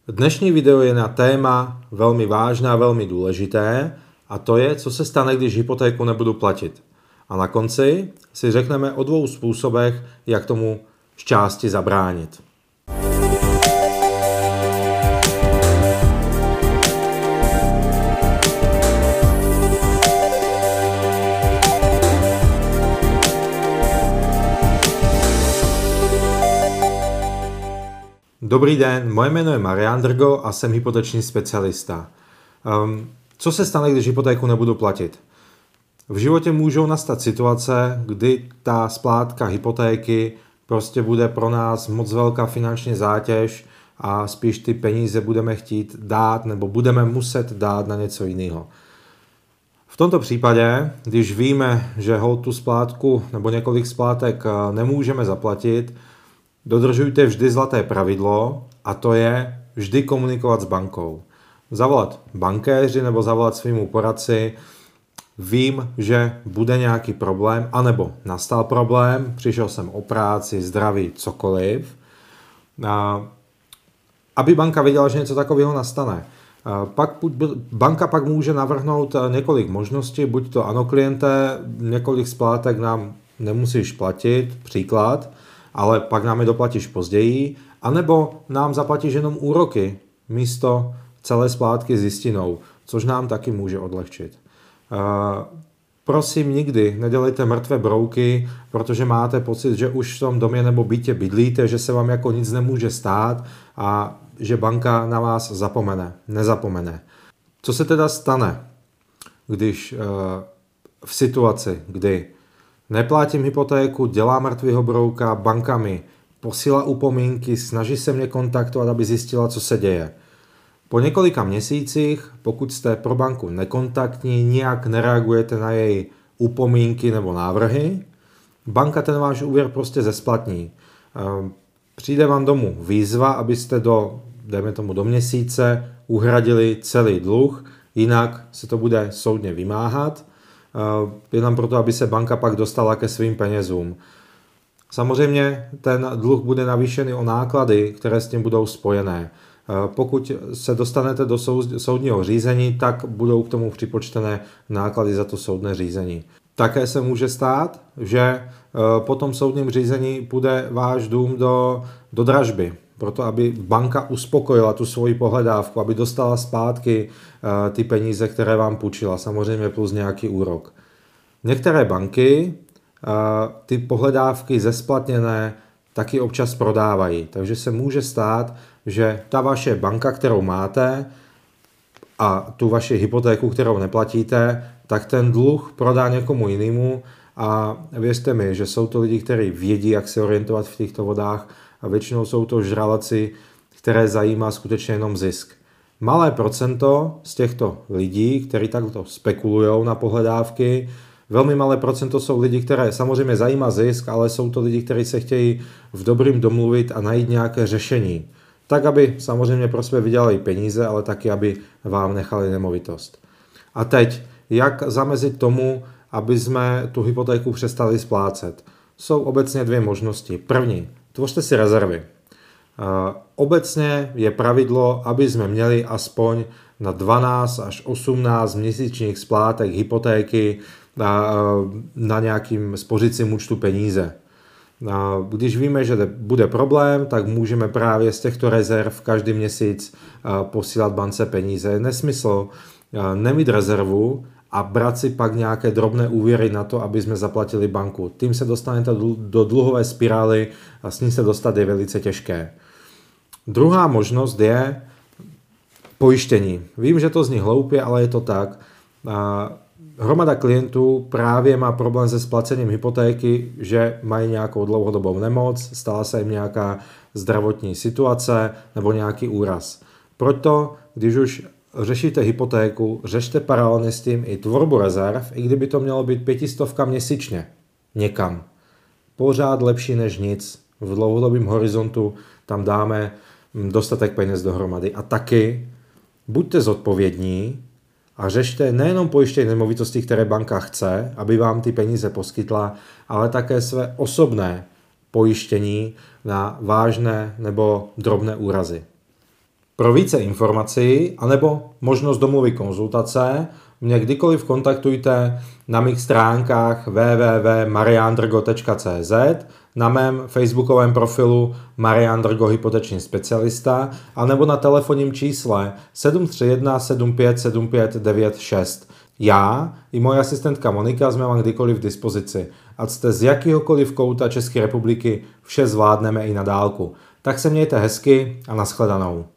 Dnešní video je na téma velmi vážné a velmi důležité a to je, co se stane, když hypotéku nebudu platit. A na konci si řekneme o dvou způsobech, jak tomu zčásti zabránit. Dobrý den, moje jméno je Marián Drgo a jsem hypoteční specialista. Co se stane, když hypotéku nebudu platit? V životě můžou nastat situace, kdy ta splátka hypotéky prostě bude pro nás moc velká finanční zátěž a spíš ty peníze budeme chtít dát nebo budeme muset dát na něco jiného. V tomto případě, když víme, že tu splátku nebo několik splátek nemůžeme zaplatit, dodržujte vždy zlaté pravidlo a to je vždy komunikovat s bankou. Zavolat bankéři nebo zavolat svýmu poradci, vím, že bude nějaký problém, anebo nastal problém, přišel jsem o práci, zdraví, cokoliv, aby banka věděla, že něco takového nastane. Banka pak může navrhnout několik možností, buď to ano kliente, několik splátek nám nemusíš platit, příklad, ale pak nám je doplatíš později, anebo nám zaplatíš jenom úroky místo celé splátky s jistinou, což nám taky může odlehčit. Prosím, nikdy nedělejte mrtvé brouky, protože máte pocit, že už v tom domě nebo bytě bydlíte, že se vám jako nic nemůže stát a že banka na vás nezapomene. Co se teda stane, když v situaci, kdy neplatím hypotéku, dělám mrtvýho brouka, banka mi posílá upomínky, snaží se mě kontaktovat, aby zjistila, co se děje. Po několika měsících, pokud jste pro banku nekontaktní, nijak nereagujete na její upomínky nebo návrhy, banka ten váš úvěr prostě zesplatní. Přijde vám domů výzva, abyste dejme tomu do měsíce, uhradili celý dluh, jinak se to bude soudně vymáhat, jenom proto, aby se banka pak dostala ke svým penězům. Samozřejmě ten dluh bude navýšený o náklady, které s tím budou spojené. Pokud se dostanete do soudního řízení, tak budou k tomu připočtené náklady za to soudné řízení. Také se může stát, že po tom soudním řízení půjde váš dům do dražby, proto aby banka uspokojila tu svoji pohledávku, aby dostala zpátky ty peníze, které vám půjčila, samozřejmě plus nějaký úrok. Některé banky ty pohledávky zesplatněné taky občas prodávají, takže se může stát, že ta vaše banka, kterou máte a tu vaši hypotéku, kterou neplatíte, tak ten dluh prodá někomu jinému a věřte mi, že jsou to lidi, kteří vědí, jak se orientovat v těchto vodách a většinou jsou to žraloci, které zajímá skutečně jenom zisk. Malé procento z těchto lidí, kteří takto spekulují na pohledávky, velmi malé procento jsou lidi, které samozřejmě zajímá zisk, ale jsou to lidi, kteří se chtějí v dobrým domluvit a najít nějaké řešení. Tak, aby samozřejmě pro sebe vydělali peníze, ale taky, aby vám nechali nemovitost. A teď, jak zamezit tomu, aby jsme tu hypotéku přestali splácet? Jsou obecně dvě možnosti. První, tvořte si rezervy. Obecně je pravidlo, aby jsme měli aspoň na 12 až 18 měsíčních splátek hypotéky na nějakým spořicím účtu peníze. Když víme, že bude problém, tak můžeme právě z těchto rezerv každý měsíc posílat bance peníze. Je nesmysl nemít rezervu a brát si pak nějaké drobné úvěry na to, aby jsme zaplatili banku. Tím se dostanete do dluhové spirály a s ní se dostat je velice těžké. Druhá možnost je pojištění. Vím, že to zní hloupě, ale je to tak. Hromada klientů právě má problém se splacením hypotéky, že mají nějakou dlouhodobou nemoc, stala se jim nějaká zdravotní situace nebo nějaký úraz. Proto, když už řešíte hypotéku, řešte paralelně s tím i tvorbu rezerv, i kdyby to mělo být 500 měsíčně někam. Pořád lepší než nic. V dlouhodobém horizontu tam dáme dostatek peněz dohromady. A taky buďte zodpovědní a řešte nejenom pojištění nemovitostí, které banka chce, aby vám ty peníze poskytla, ale také své osobné pojištění na vážné nebo drobné úrazy. Pro více informací anebo možnost domluvy konzultace mě kdykoliv kontaktujte na mých stránkách www.mariandrgo.cz, na mém facebookovém profilu Marian Drgo hypoteční specialista anebo na telefonním čísle 731 75 75 96. Já i moje asistentka Monika jsme vám kdykoliv v dispozici. Ať jste z jakýhokoliv kouta České republiky, vše zvládneme i na dálku. Tak se mějte hezky a nashledanou.